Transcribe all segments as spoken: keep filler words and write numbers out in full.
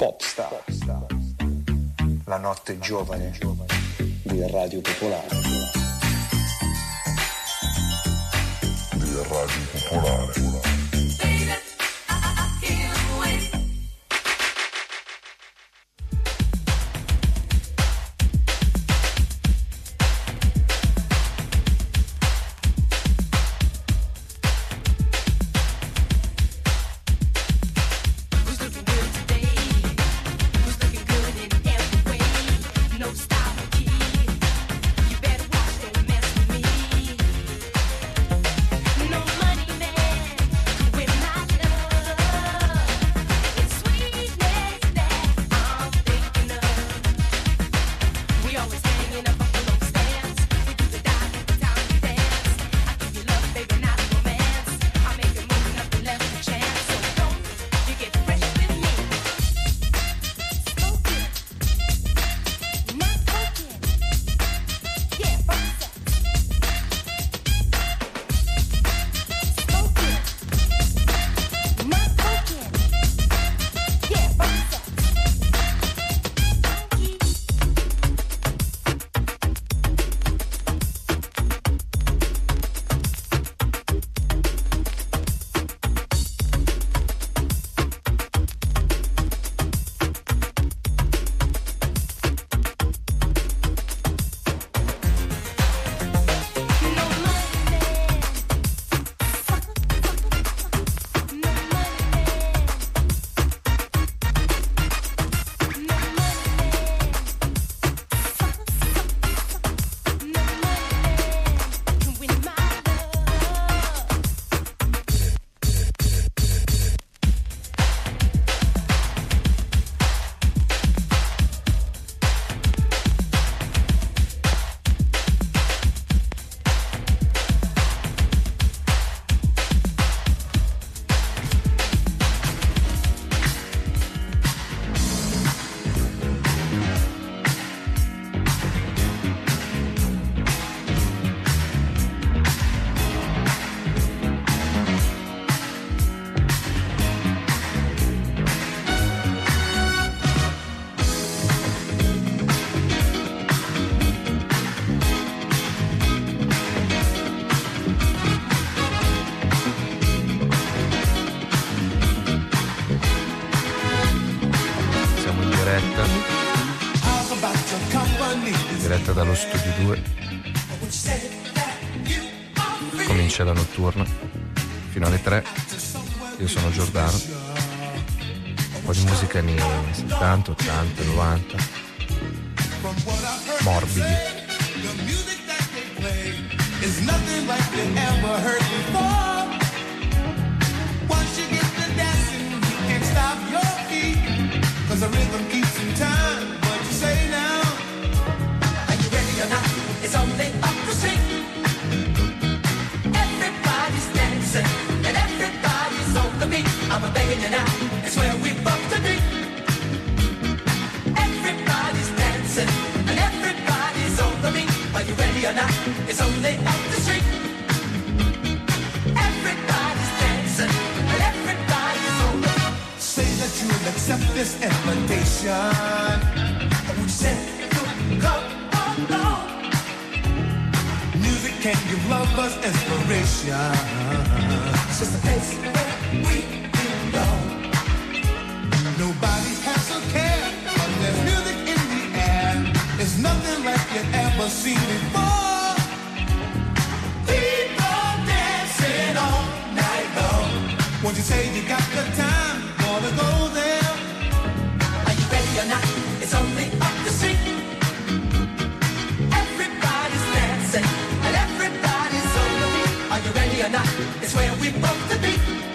Popstar, la notte giovane di Radio Popolare. Di Radio Popolare. Diretta dallo studio due. Comincia la notturna fino alle tre. Io sono Giordano. Un po' di musica anni settanta, ottanta, novanta, morbidi. It's only up the street. Everybody's dancing and everybody's on the beat. I'm a begging you now, it's where we both to be. Everybody's dancing and everybody's on the beat. Are you ready or not? It's only up the street. Everybody's dancing and everybody's on the beat. Say that you'll accept this invitation. Would you say you come along? Can give lovers inspiration. It's just a place where we belong. Nobody has a care, but there's music in the air. It's nothing like you've ever seen before. People dancing all night long. Won't you say you got the time? Wanna go there? Are you ready or not? It's only up the street. Everybody's dancing. Are you ready or not? It's where we both to be.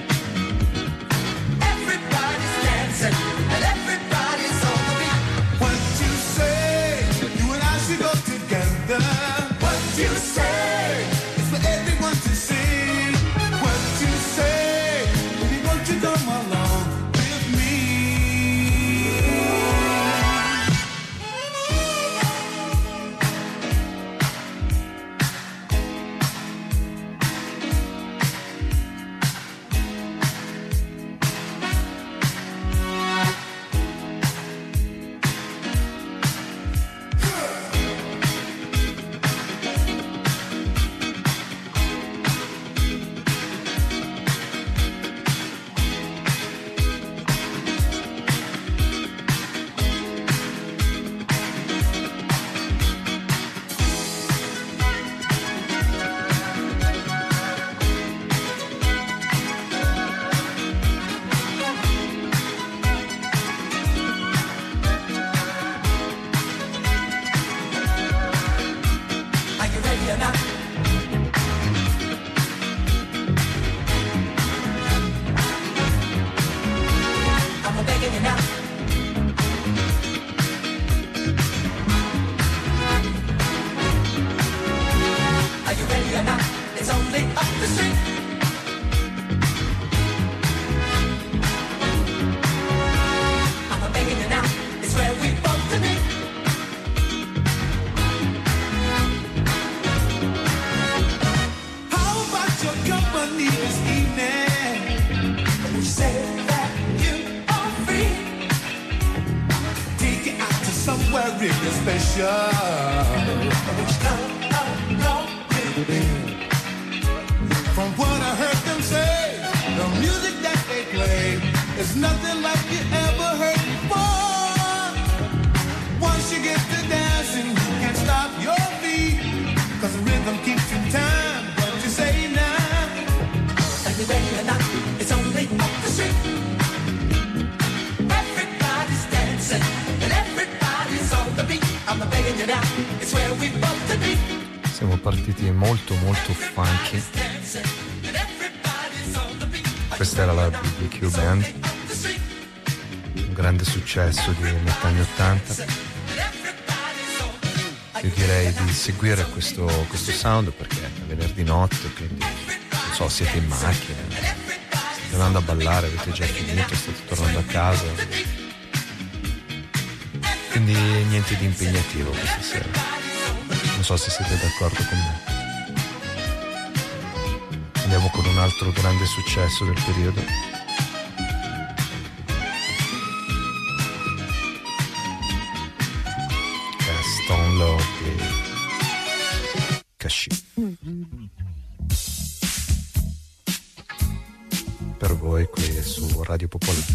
Everybody's dancing and everybody's on the beat. What you say? You and I should go together. What you say? It's for everyone to see. What you say? Baby, won't you come along with me? really special. From what I heard them say, the music that they play is nothing like you ever heard before. Once you get to dancing, you can't stop your feet, 'cause the rhythm keeps in time. What you say now? Every day and night, it's only up the street. Everybody's dancing and everybody's on the beat. I'm begging you now, it's where we both to be. Siamo partiti molto molto funky. Questa era la B B Q Band, un grande successo di metà anni ottanta. Io direi di seguire questo, questo sound perché è venerdì notte, quindi non so, siete in macchina, state andando a ballare, avete già finito, state tornando a casa, quindi niente di impegnativo questa sera. Non so se siete d'accordo con me. Andiamo con un altro grande successo del periodo. Gaston Love e Casci. Per voi qui su Radio Popolare.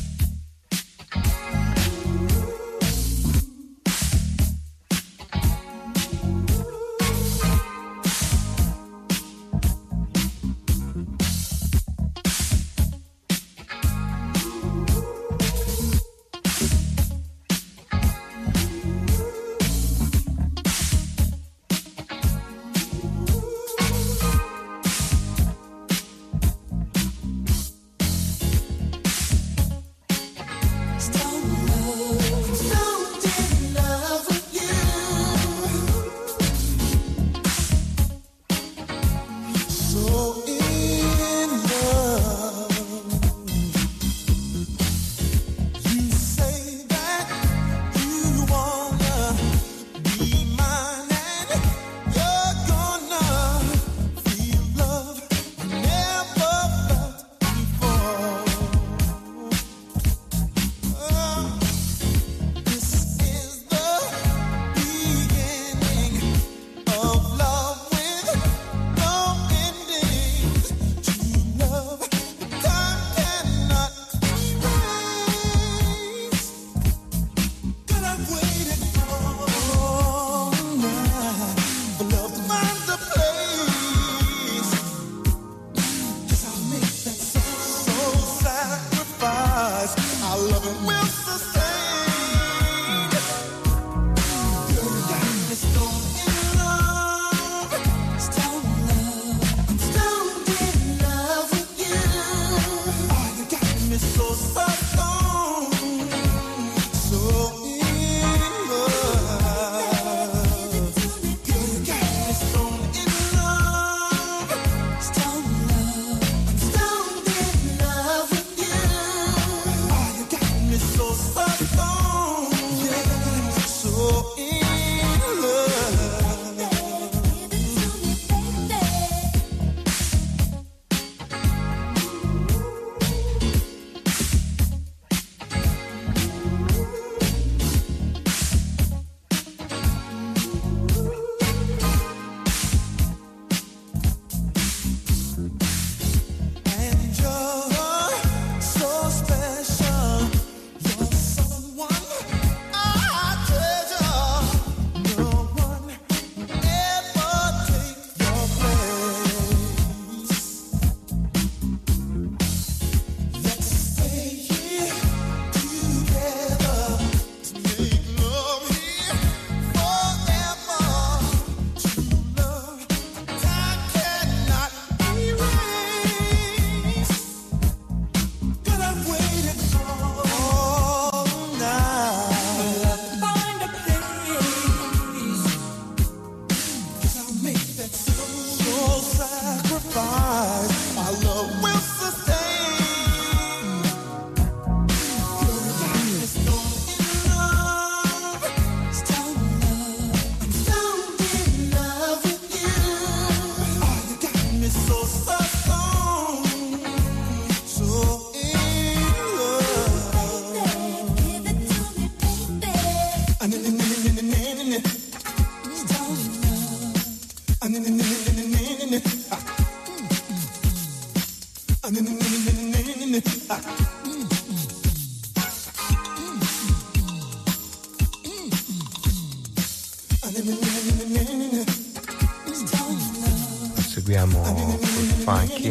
Seguiamo col funky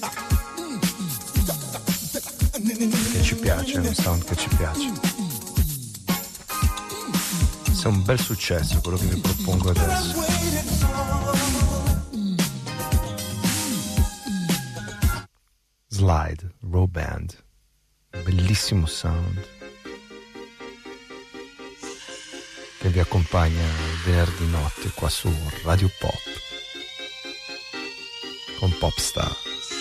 che ci piace, è un sound che ci piace. È un bel successo quello che vi propongo adesso. Slide, Raw Band, bellissimo sound che vi accompagna venerdì notte qua su Radio Pop con Popstar.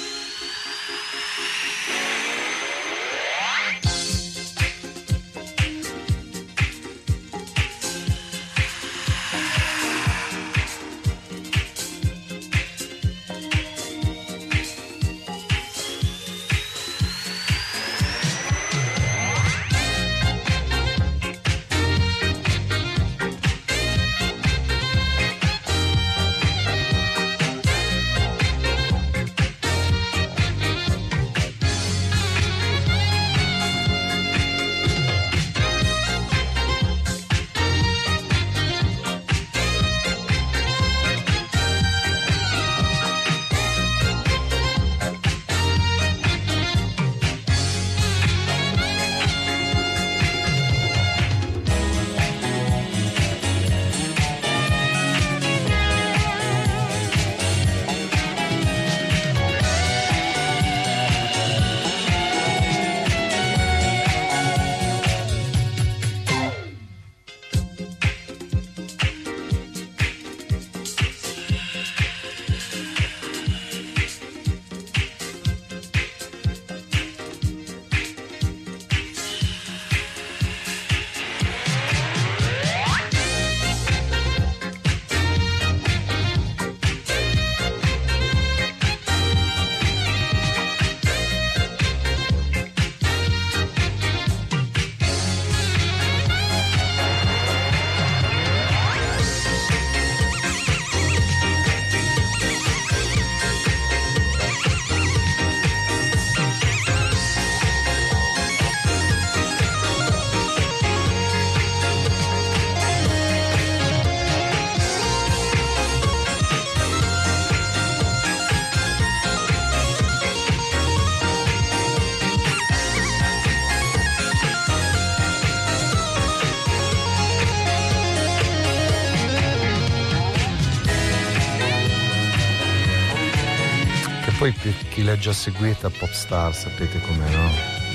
Poi per chi l'ha già seguita Popstar sapete com'è, no?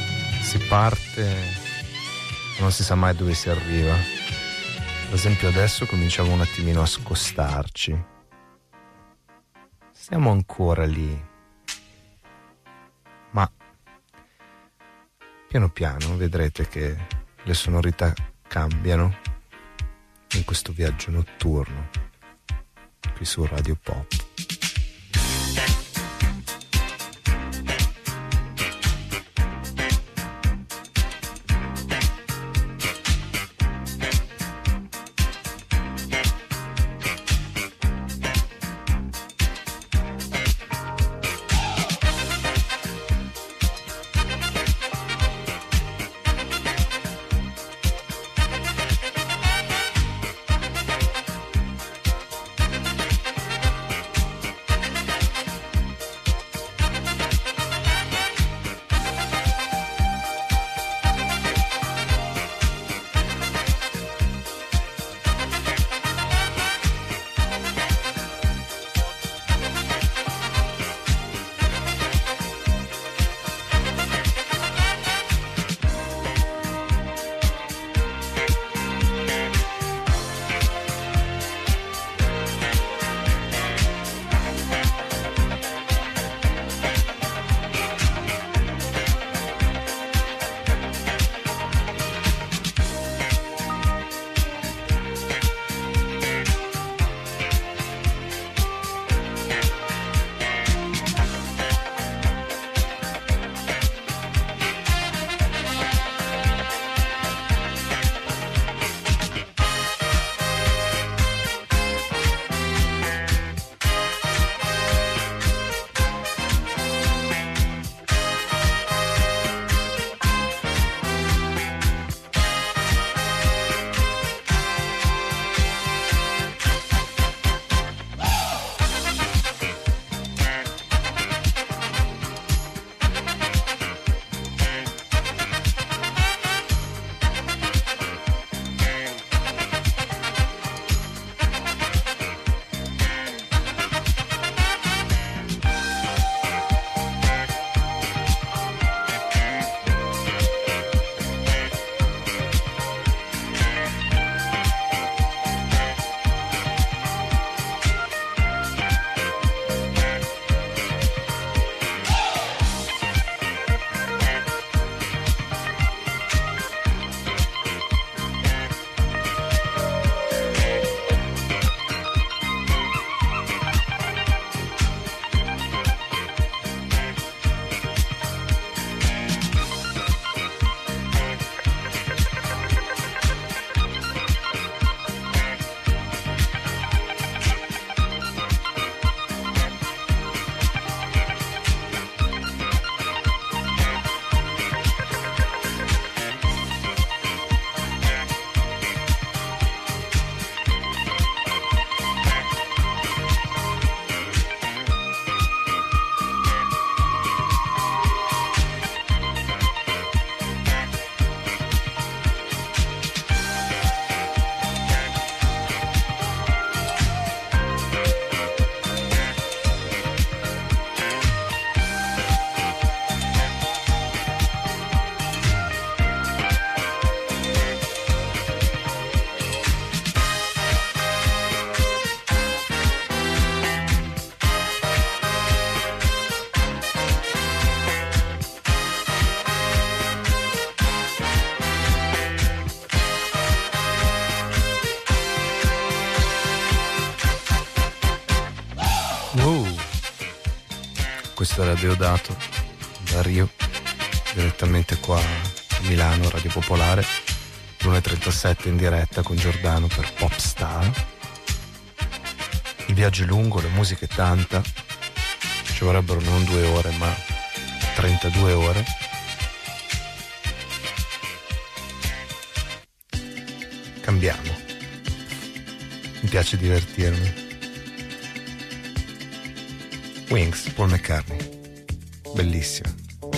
Si parte e non si sa mai dove si arriva. Per esempio adesso cominciamo un attimino a scostarci. Siamo ancora lì, ma piano piano vedrete che le sonorità cambiano in questo viaggio notturno qui su Radio Pop. questo era Deodato da Rio, direttamente qua a Milano, Radio Popolare, l'una e trentasette in diretta con Giordano per Popstar. Il viaggio è lungo, la musica è tanta, ci vorrebbero non due ore ma trentadue ore. Cambiamo, mi piace divertirmi. Wings, Paul McCartney, bellissimo.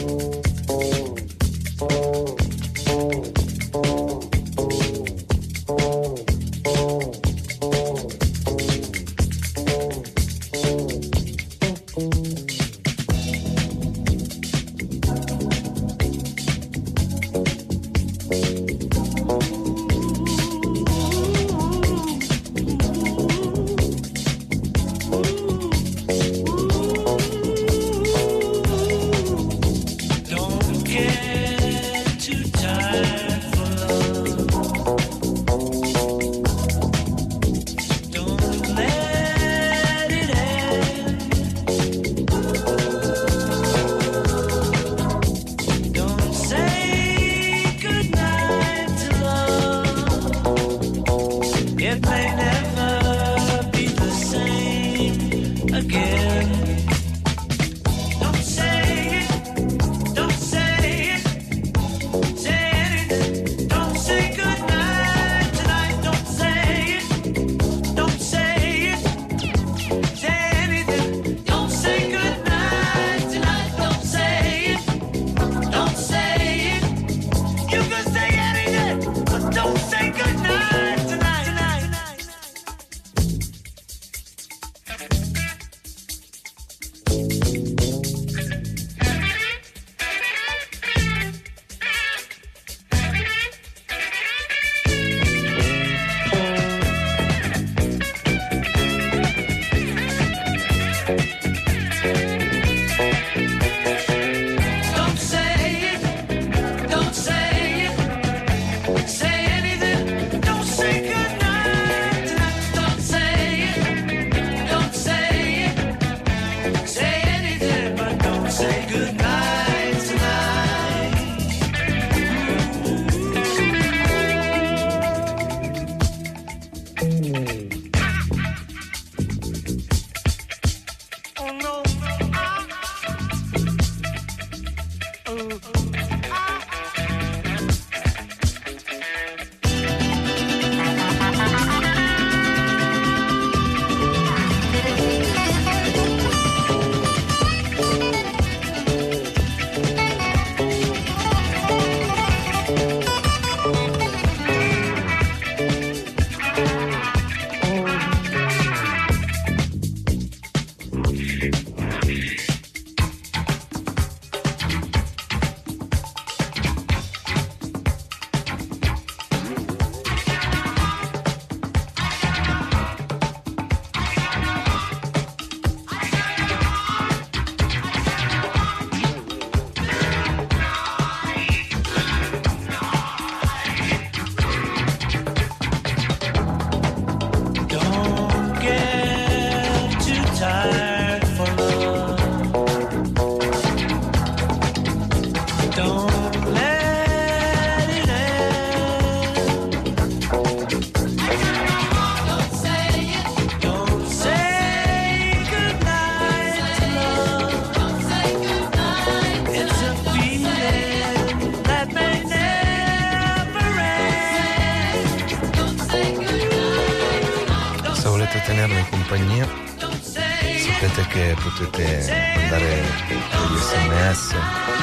Compagnia, sapete che potete mandare degli sms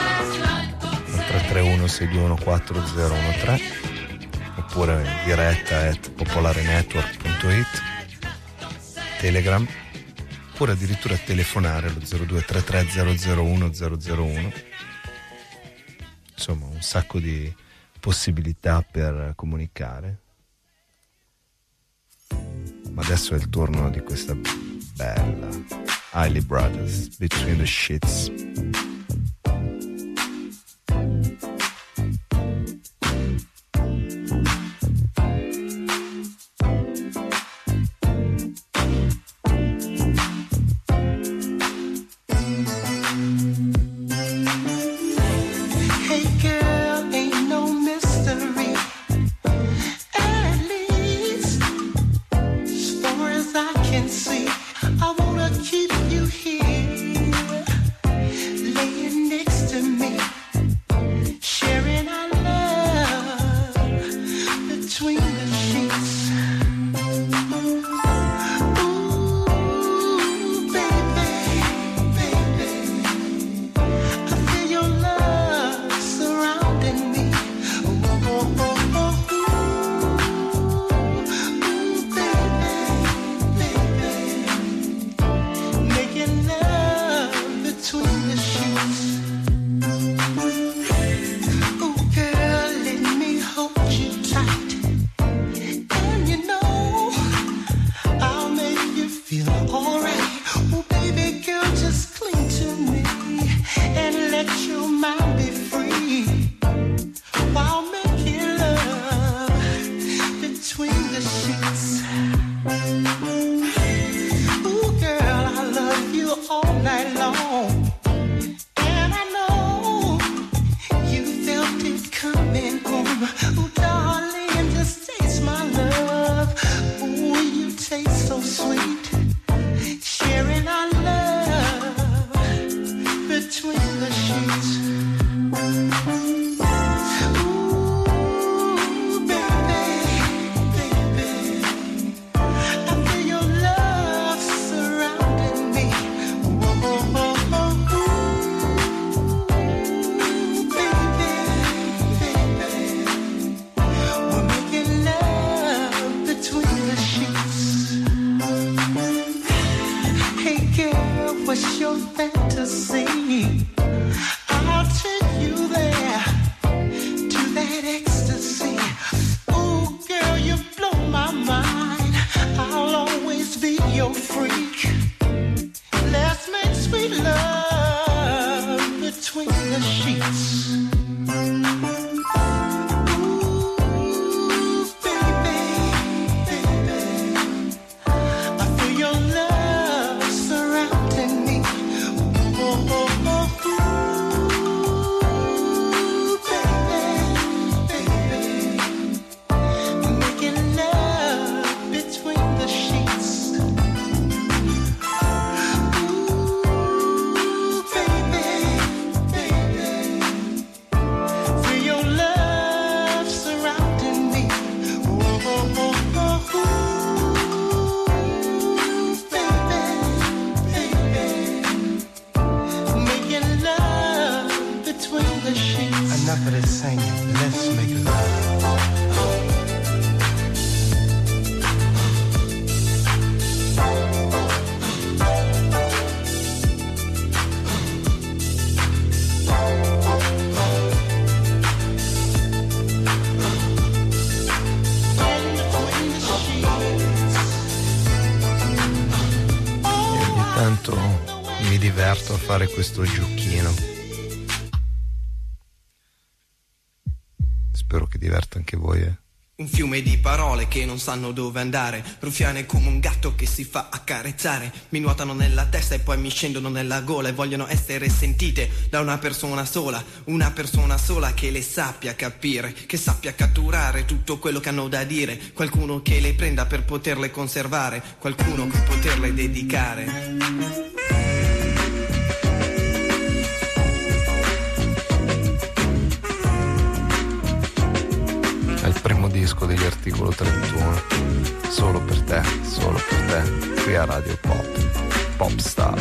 al tre tre uno sei due uno quattro zero uno tre oppure in diretta at popolarenetwork punto it, Telegram, oppure addirittura telefonare allo zero due tre tre zero zero uno zero zero uno. Insomma, un sacco di possibilità per comunicare. Ma adesso è il turno di questa bella Hailey Brothers, Between the Sheets. enough of this singing. Let's make love. Tanto mi diverto a fare questo giochino. Spero che diverta anche voi, eh. Un fiume di parole che non sanno dove andare, ruffiane come un gatto che si fa accarezzare, mi nuotano nella testa e poi mi scendono nella gola e vogliono essere sentite da una persona sola, una persona sola che le sappia capire, che sappia catturare tutto quello che hanno da dire, qualcuno che le prenda per poterle conservare, qualcuno a cui poterle dedicare. Il primo disco degli Articolo trentuno, solo per te, solo per te, qui a Radio Pop, Popstar.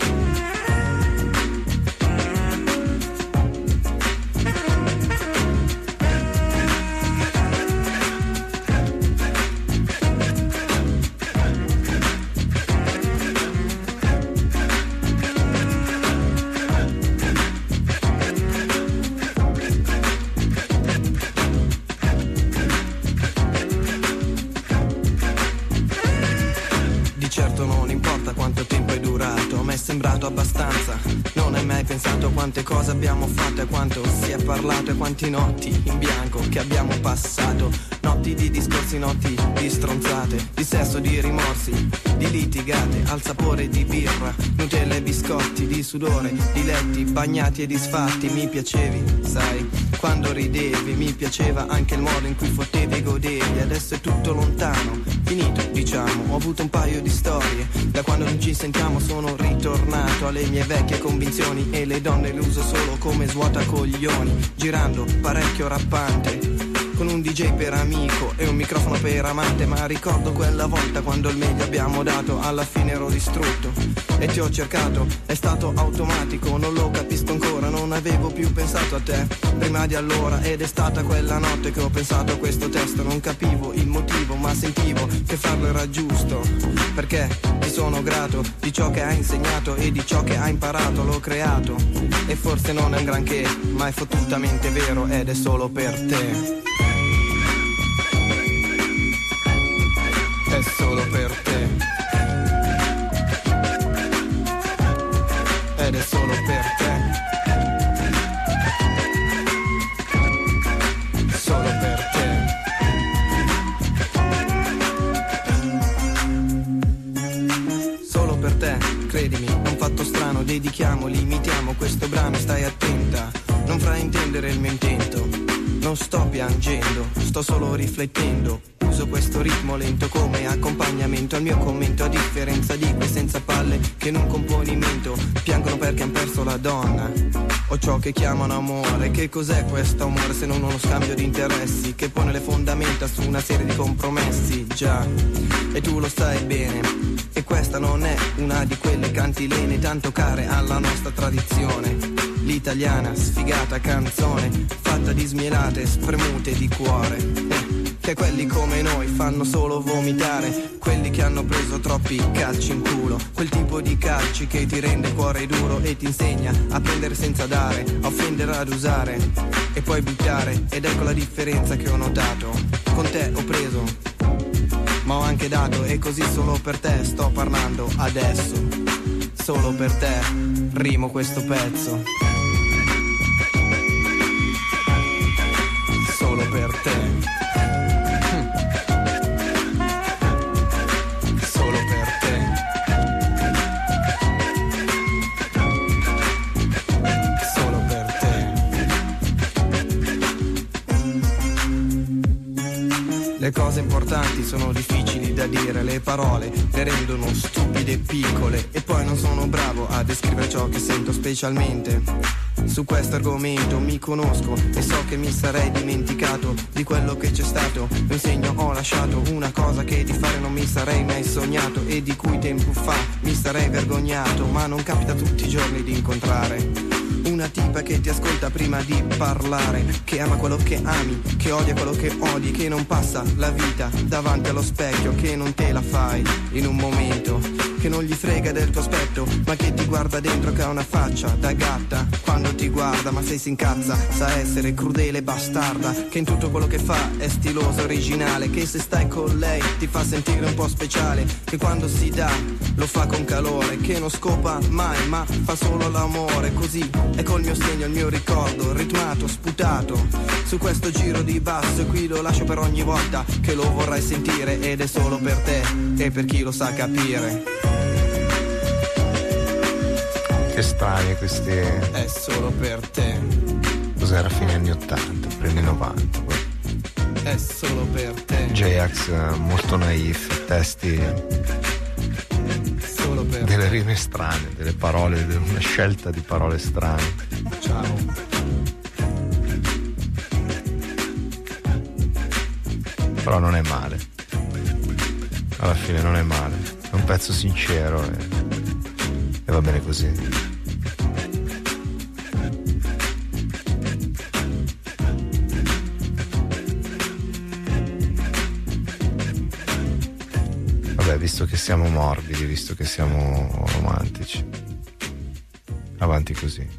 Sembrato abbastanza, non hai mai pensato quante cose abbiamo fatto e quanto si è parlato e quanti notti in bianco che abbiamo passato, notti di discorsi, notti di stronzate, di sesso, di rimorsi, di litigate al sapore di birra, Nutella e biscotti, di sudore, di letti bagnati e disfatti. Mi piacevi, sai, quando ridevi, mi piaceva anche il modo in cui fottevi e godevi. Adesso è tutto lontano, finito diciamo, ho avuto un paio di storie, da quando non ci sentiamo sono ritornato alle mie vecchie convinzioni e le donne le uso solo come svuotacoglioni, girando parecchio rappante con un D J per amico e un microfono per amante. Ma ricordo quella volta quando il meglio abbiamo dato, alla fine ero distrutto e ti ho cercato, è stato automatico, non lo capisco ancora, non avevo più pensato a te prima di allora, ed è stata quella notte che ho pensato a questo testo. Non capivo il motivo ma sentivo che farlo era giusto, perché ti sono grato di ciò che hai insegnato e di ciò che hai imparato, l'ho creato e forse non è un granché, ma è fottutamente vero ed è solo per te. È solo per te. Ed è solo per te. Solo per te. Solo per te, credimi, è un fatto strano, dedichiamo, limitiamo questo brano, stai attenta, non fraintendere il mio intento, non sto piangendo, sto solo riflettendo. Uso questo ritmo lento come accompagnamento al mio commento, a differenza di quei senza palle che in un componimento piangono perché han perso la donna o ciò che chiamano amore. Che cos'è questo amore se non uno scambio di interessi che pone le fondamenta su una serie di compromessi? Già, e tu lo sai bene, e questa non è una di quelle cantilene tanto care alla nostra tradizione, l'italiana sfigata canzone fatta di smielate spremute di cuore, eh, che quelli come noi fanno solo vomitare, quelli che hanno preso troppi calci in culo, quel tipo di calci che ti rende il cuore duro e ti insegna a prendere senza dare, a offendere, ad usare e poi buttare. Ed ecco la differenza che ho notato, con te ho preso ma ho anche dato, e così solo per te sto parlando adesso, solo per te rimo questo pezzo, solo per te. Le cose importanti sono difficili da dire, le parole le rendono stupide e piccole, e poi non sono bravo a descrivere ciò che sento, specialmente su questo argomento. Mi conosco e so che mi sarei dimenticato di quello che c'è stato, un segno ho lasciato, una cosa che di fare non mi sarei mai sognato e di cui tempo fa mi sarei vergognato, ma non capita tutti i giorni di incontrare Una tipa che ti ascolta prima di parlare, che ama quello che ami, che odia quello che odi, che non passa la vita davanti allo specchio, che non te la fai in un momento, che non gli frega del tuo aspetto, ma che ti guarda dentro, che ha una faccia da gatta quando ti guarda, ma se si incazza sa essere crudele e bastarda, che in tutto quello che fa è stilosa, originale, che se stai con lei ti fa sentire un po' speciale, che quando si dà lo fa con calore, che non scopa mai ma fa solo l'amore, così è col mio segno, il mio ricordo, ritmato, sputato su questo giro di basso, e qui lo lascio per ogni volta che lo vorrai sentire, ed è solo per te e per chi lo sa capire. Che strani questi. È solo per te. Cos'era, fine anni ottanta, primi novanta. È solo per te. J-Ax molto naif, testi solo per delle te. rime strane, delle parole, una scelta di parole strane. Ciao. Però non è male. Alla fine non è male. È un pezzo sincero e, e va bene così. Vabbè, visto che siamo morbidi, visto che siamo romantici, avanti così.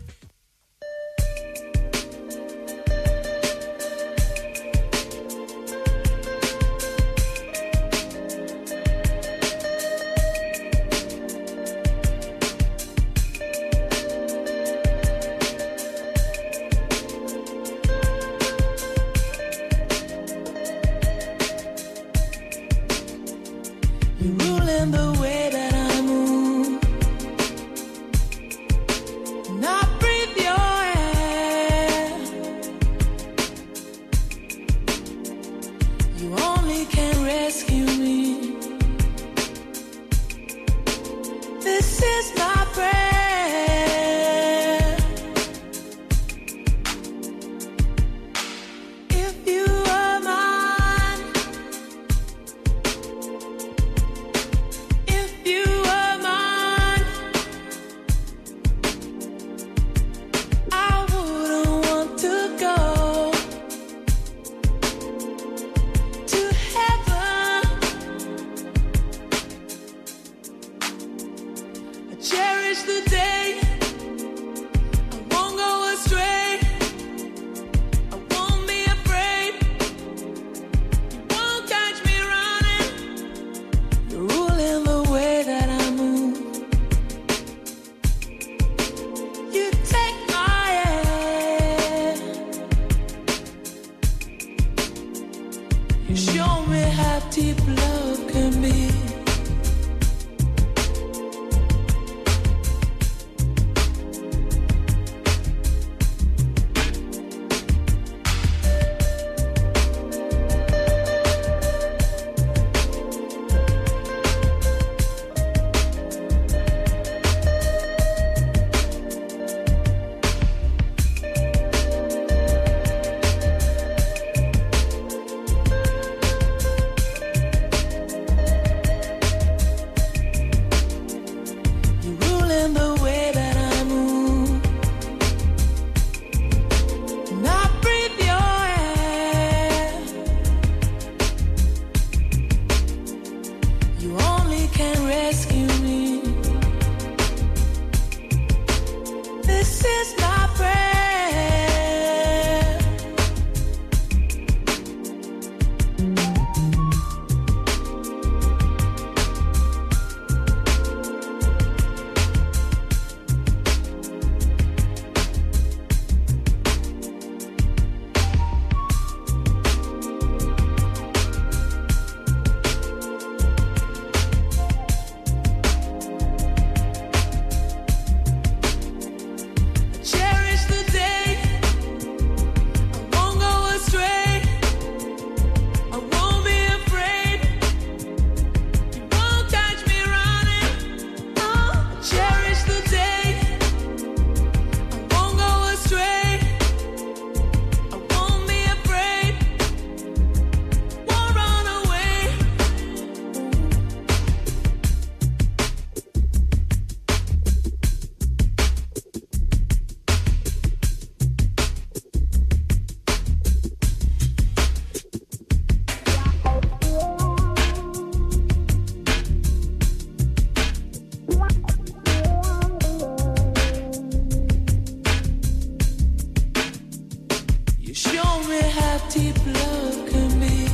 Show me how deep love can be.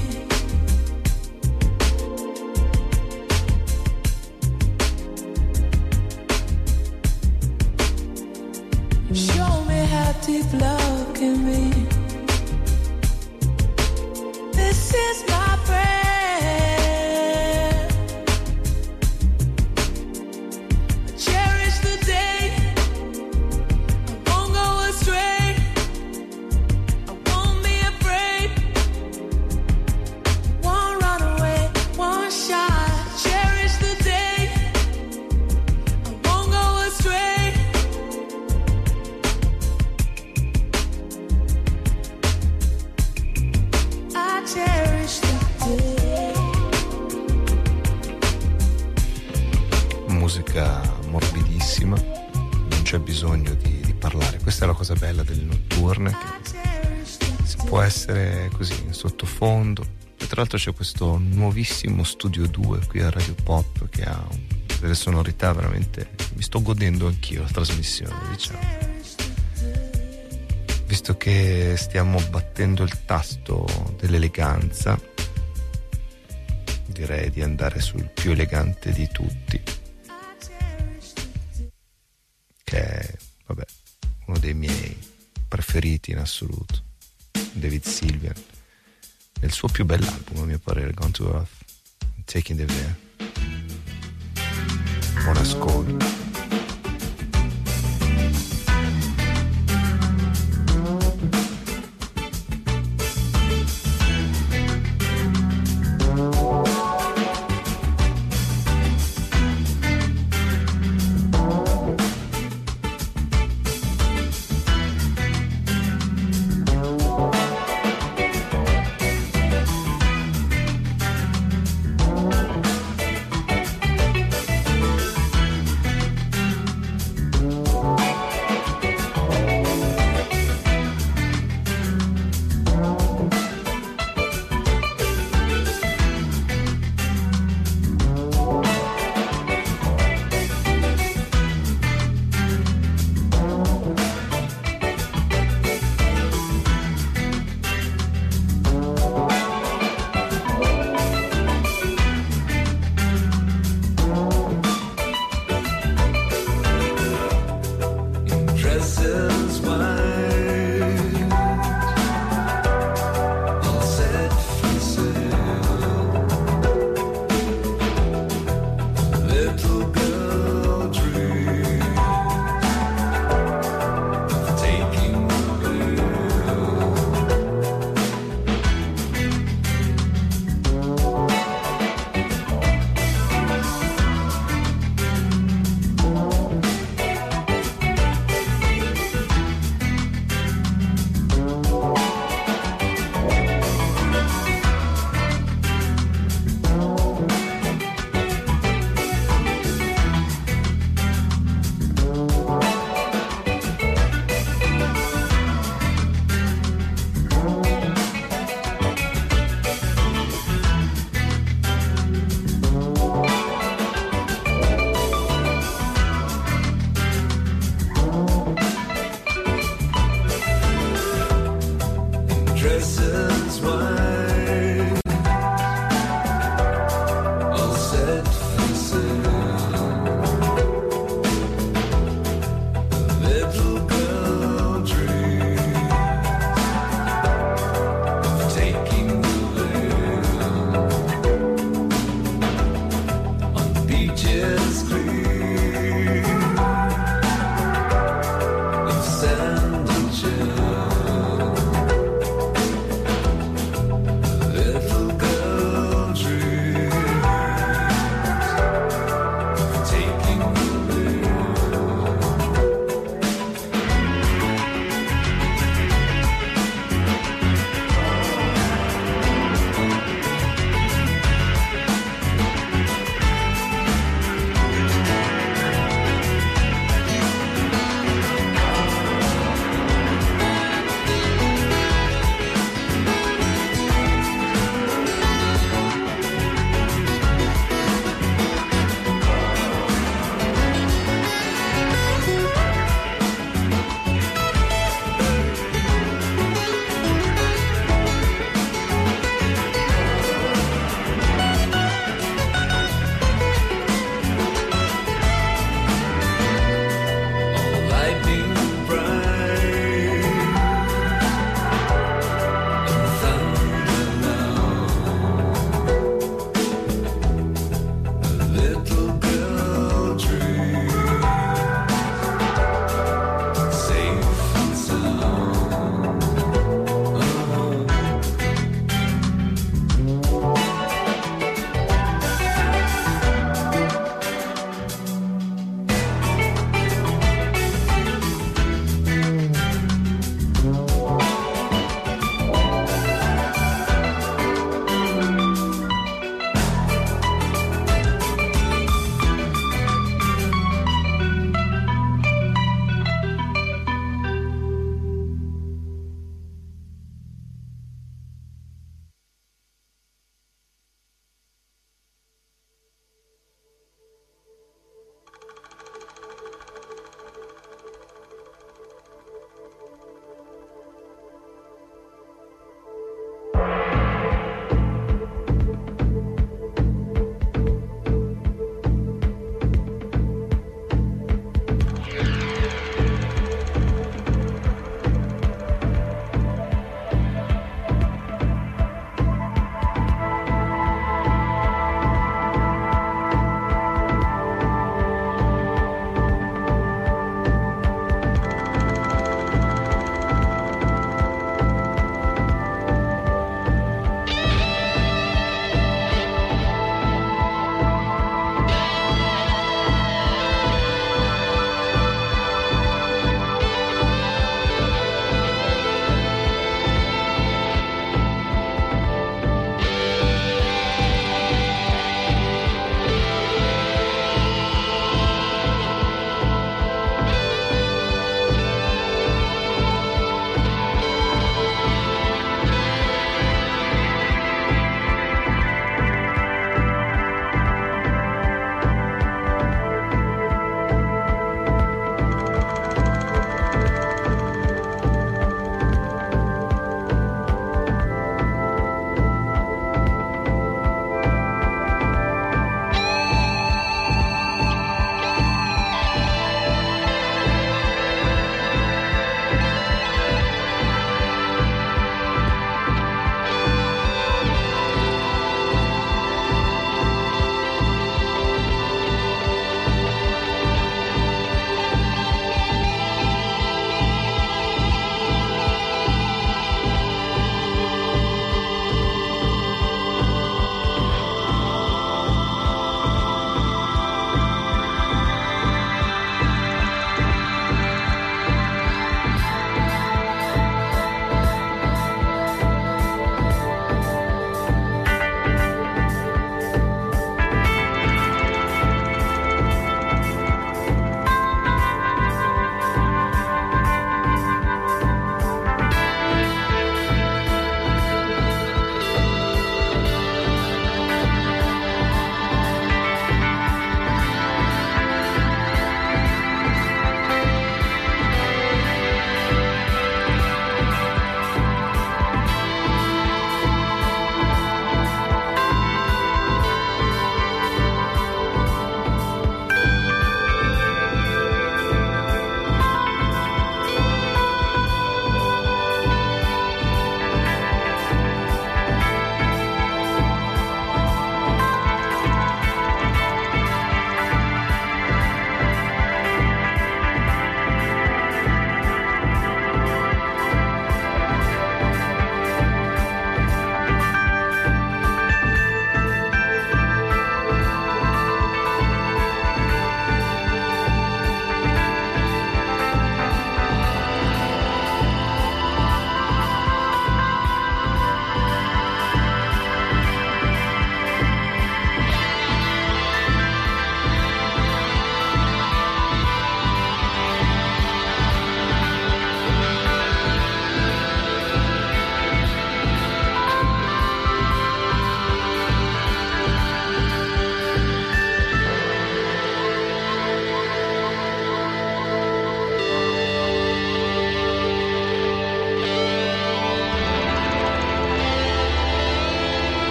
Show me how deep love can be. This is my prayer. I cherish the day I won't go astray. Musica morbidissima, non c'è bisogno di, di parlare. Questa è la cosa bella delle notturne, che si può essere così in sottofondo. E tra l'altro c'è questo nuovissimo Studio due qui a Radio Pop che ha delle sonorità veramente, mi sto godendo anch'io la trasmissione, diciamo, visto che stiamo battendo il tasto dell'eleganza. Direi di andare sul più elegante di tutti, che è, vabbè, uno dei miei preferiti in assoluto, David Sylvian, nel suo più bell'album a mio parere, Gone to Earth, Taking the Veil. Buon ascolto.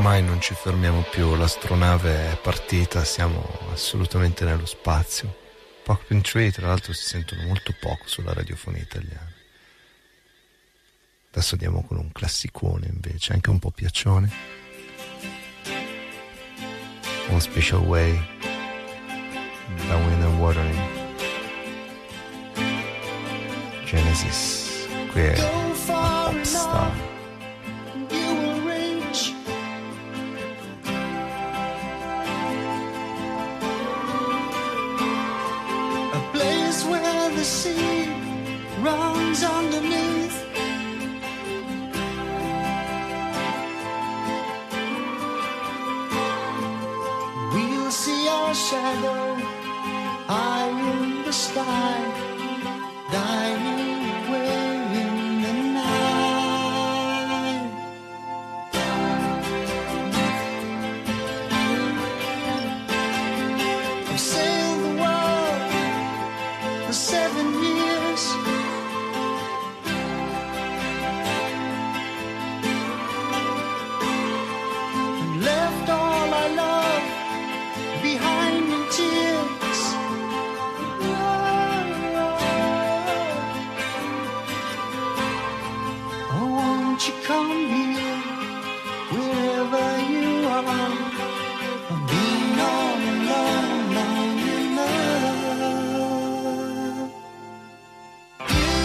Ormai non ci fermiamo più, l'astronave è partita, siamo assolutamente nello spazio. Porcupine Tree, tra l'altro, si sentono molto poco sulla radiofonia italiana. Adesso andiamo con un classicone invece, anche un po' piaccione. One Special Way, da Wind and Watering. Genesis, qui è la pop star. The sea runs underneath. We'll see our shadow high in the sky, dying away in the night. I've sailed the world for seven years. And left all I love behind in tears. Oh, won't you come here, wherever you are, and be all alone, long enough.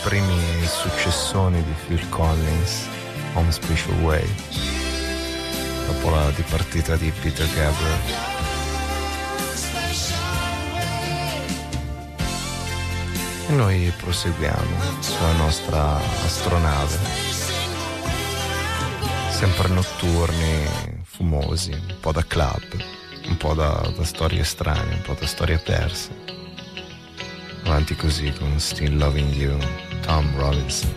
primi successoni di Phil Collins, Home Special Way, dopo la dipartita di Peter Gabriel. E noi proseguiamo sulla nostra astronave, sempre notturni, fumosi, un po' da club, un po' da, da storie strane, un po' da storie perse. Avanti così con Still Loving You, Tom Robinson.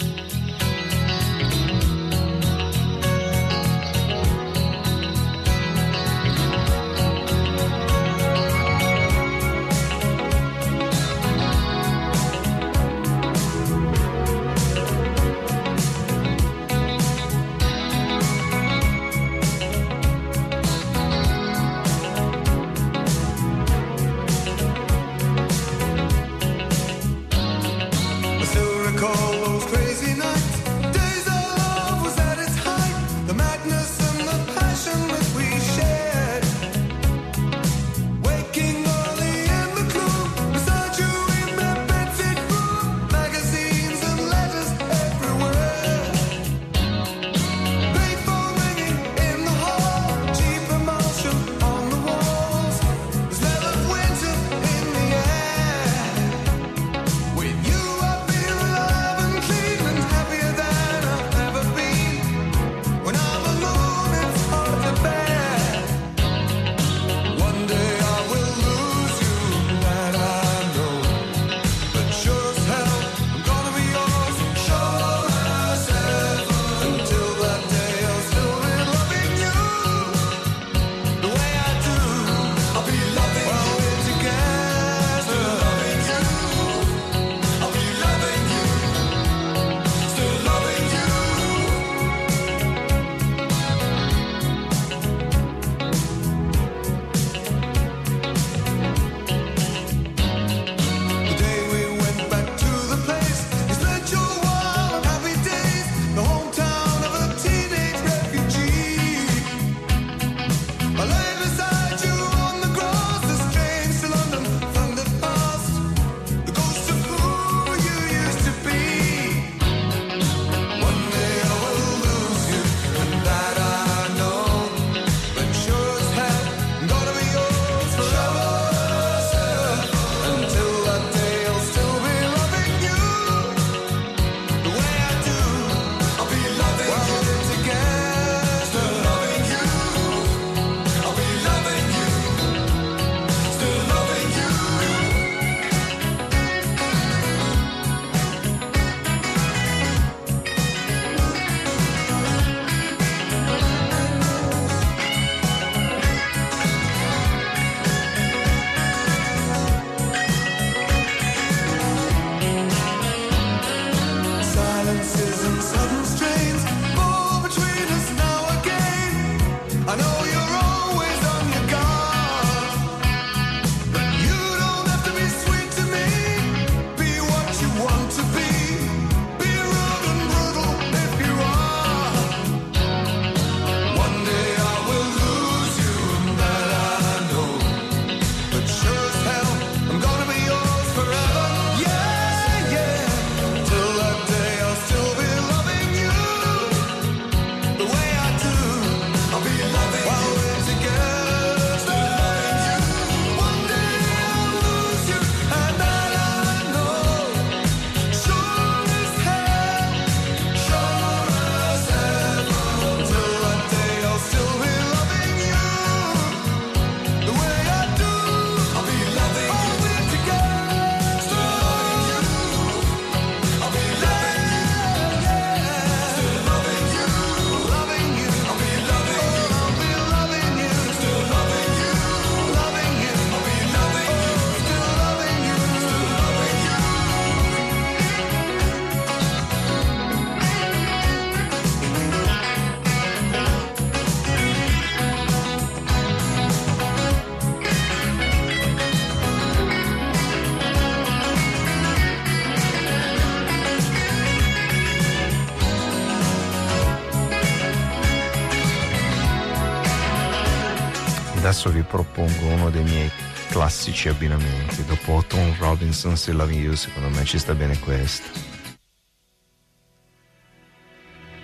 Adesso vi propongo uno dei miei classici abbinamenti. Dopo Tom Robinson, Still Loving You, secondo me ci sta bene questo.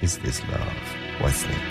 Is This Love? Whitesnake.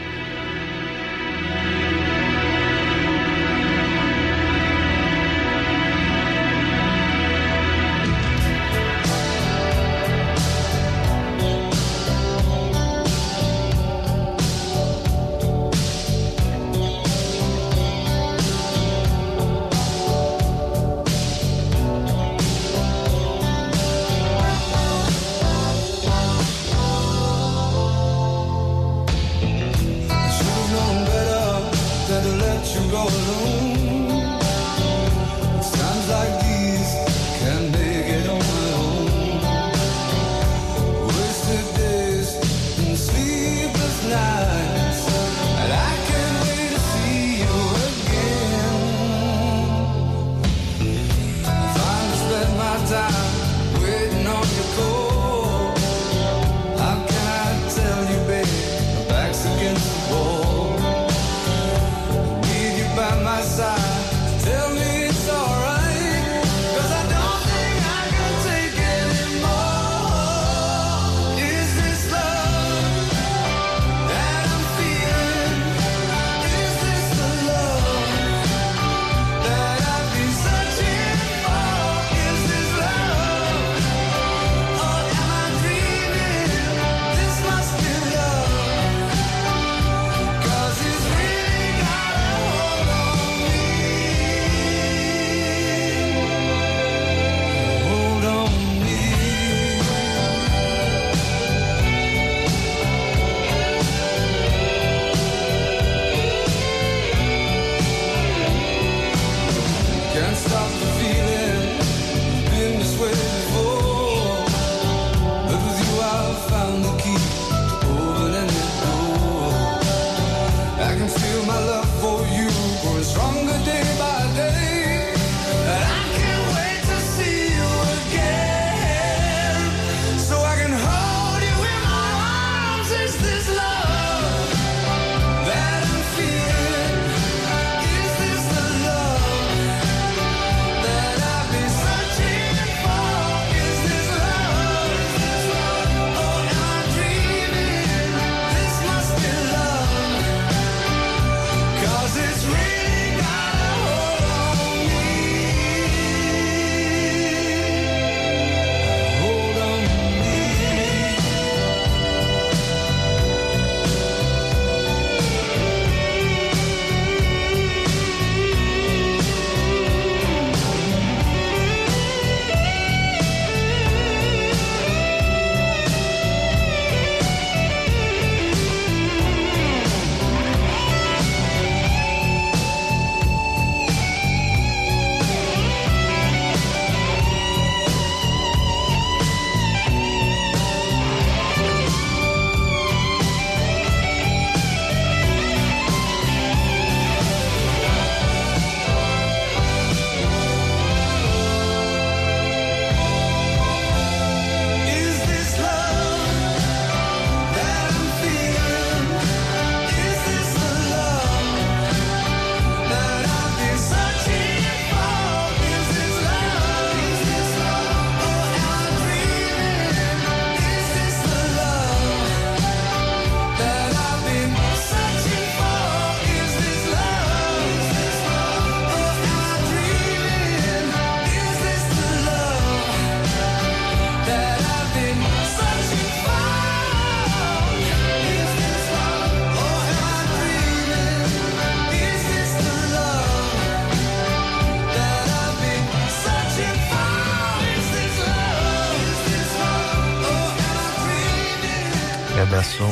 Adesso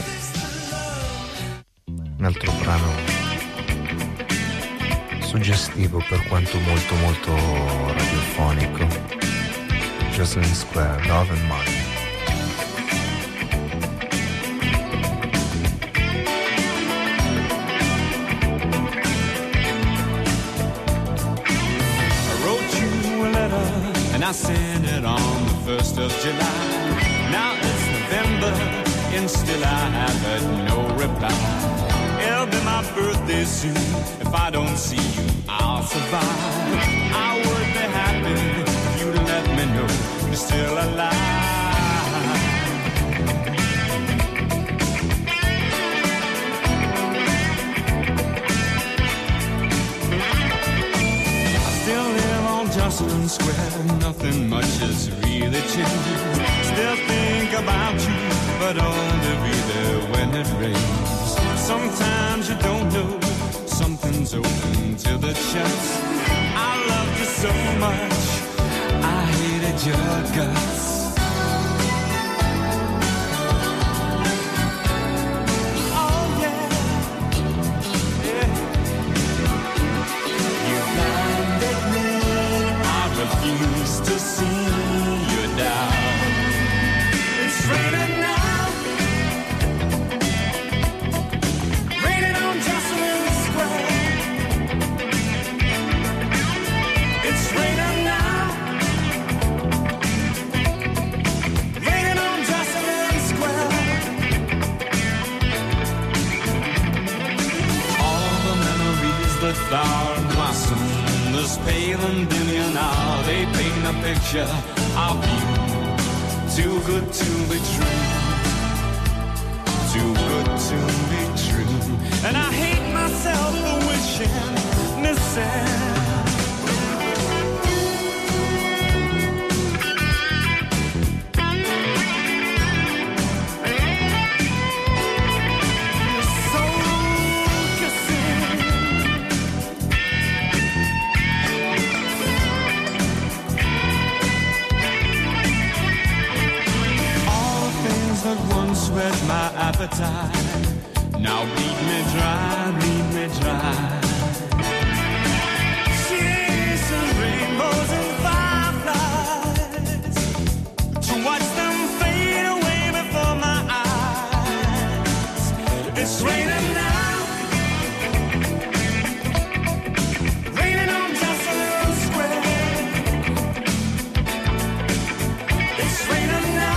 un altro brano suggestivo per quanto molto molto radiofonico, Jocelyn Square, Love and Money. I wrote you a letter and I sent it on the first of July. Now it's November and still I have had no reply. It'll be my birthday soon. If I don't see you, I'll survive. I would be happy if you'd let me know you're still alive. Square, nothing much has really changed. Still think about you, but only be there when it rains. Sometimes you don't know something's open till it shuts. I loved you so much, I hated your guts. Refuse to see you down. It's raining now, raining on Jocelyn Square. It's raining now, raining on Jocelyn Square. All the memories that flower and blossom, this pale and billion hour, they paint a picture of you, too good to be true, too good to be true. And I hate myself for wishing, missing. Whet my appetite, now bleed me dry, bleed me dry. Chasing rainbows and fireflies, to watch them fade away before my eyes. It's raining now, raining on Jocelyn Square. It's raining now.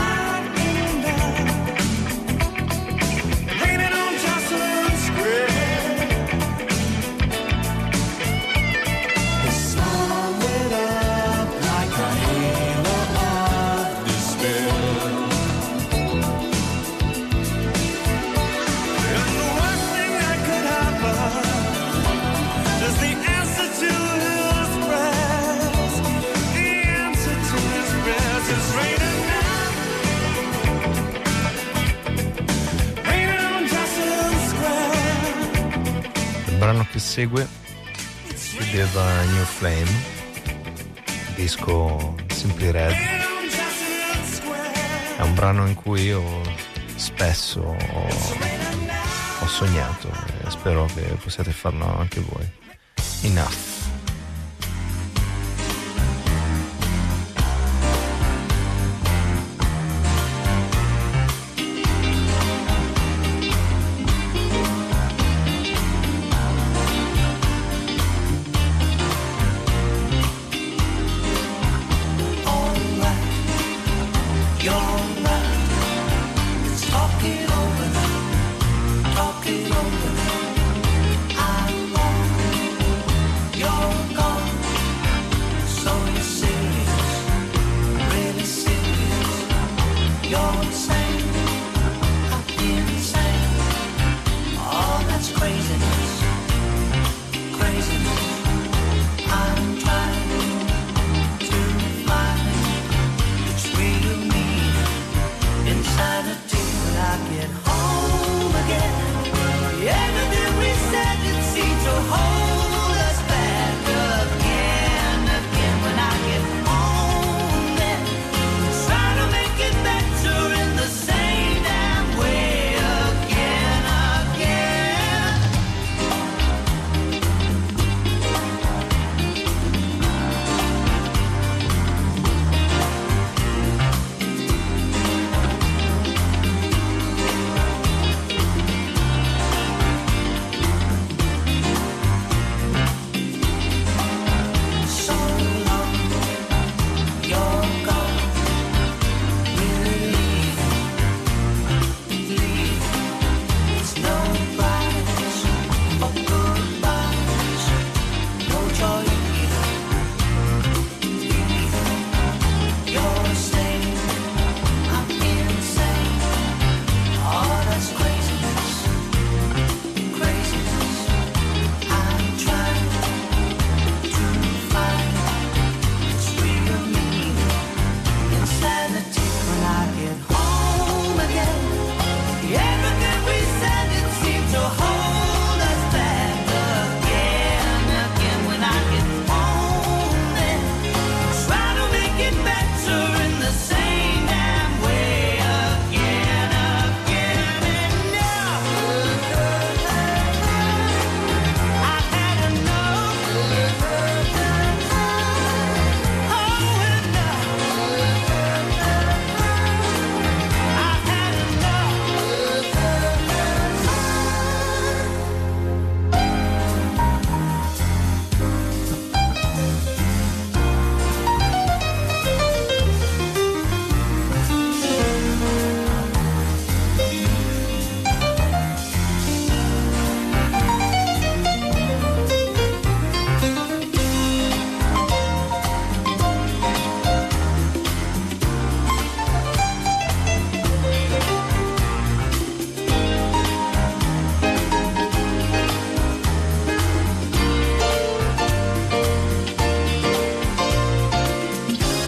Il brano che segue si chiudeva New Flame, disco Simply Red. È un brano in cui io spesso ho, ho sognato e spero che possiate farlo anche voi. Enough. Get home.